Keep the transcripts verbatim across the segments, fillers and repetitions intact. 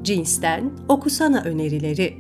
Cinsten Okusana önerileri.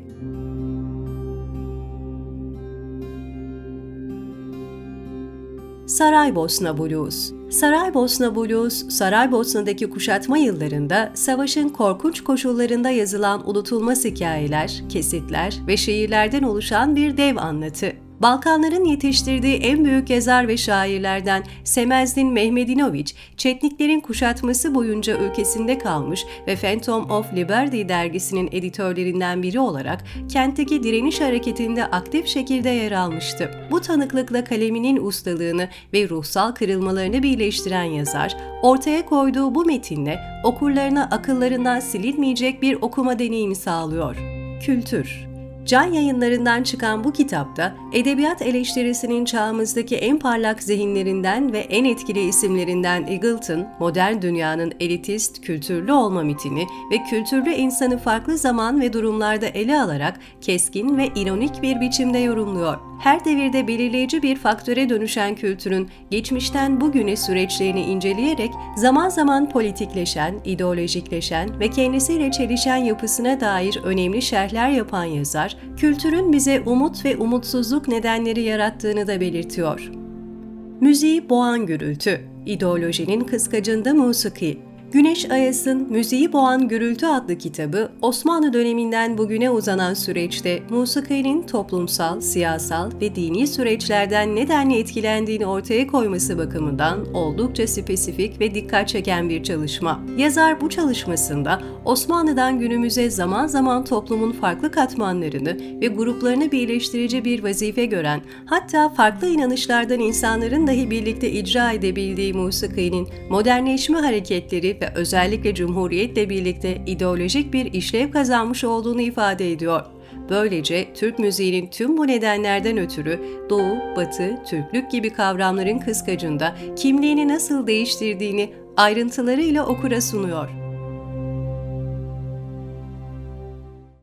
Saraybosna Blues. Saraybosna Blues, Saraybosna'daki kuşatma yıllarında savaşın korkunç koşullarında yazılan unutulmaz hikayeler, kesitler ve şiirlerden oluşan bir dev anlatı. Balkanların yetiştirdiği en büyük yazar ve şairlerden Semezdin Mehmedinović, Çetniklerin kuşatması boyunca ülkesinde kalmış ve Phantom of Liberty dergisinin editörlerinden biri olarak kentteki direniş hareketinde aktif şekilde yer almıştı. Bu tanıklıkla kaleminin ustalığını ve ruhsal kırılmalarını birleştiren yazar, ortaya koyduğu bu metinle okurlarına akıllarından silinmeyecek bir okuma deneyimi sağlıyor. Kültür. Can Yayınları'ndan çıkan bu kitapta edebiyat eleştirisinin çağımızdaki en parlak zihinlerinden ve en etkili isimlerinden Eagleton, modern dünyanın elitist, kültürlü olma mitini ve kültürlü insanı farklı zaman ve durumlarda ele alarak keskin ve ironik bir biçimde yorumluyor. Her devirde belirleyici bir faktöre dönüşen kültürün geçmişten bugüne süreçlerini inceleyerek zaman zaman politikleşen, ideolojikleşen ve kendisiyle çelişen yapısına dair önemli şerhler yapan yazar, kültürün bize umut ve umutsuzluk nedenleri yarattığını da belirtiyor. Müziği boğan gürültü, ideolojinin kıskacında musiki. Güneş Ayas'ın Müziği Boğan Gürültü adlı kitabı, Osmanlı döneminden bugüne uzanan süreçte musikinin toplumsal, siyasal ve dini süreçlerden nedenle etkilendiğini ortaya koyması bakımından oldukça spesifik ve dikkat çeken bir çalışma. Yazar bu çalışmasında Osmanlı'dan günümüze zaman zaman toplumun farklı katmanlarını ve gruplarını birleştirici bir vazife gören, hatta farklı inanışlardan insanların dahi birlikte icra edebildiği musikinin modernleşme hareketleri ve özellikle Cumhuriyet'le birlikte ideolojik bir işlev kazanmış olduğunu ifade ediyor. Böylece Türk müziğinin tüm bu nedenlerden ötürü Doğu, Batı, Türklük gibi kavramların kıskacında kimliğini nasıl değiştirdiğini ayrıntılarıyla okura sunuyor.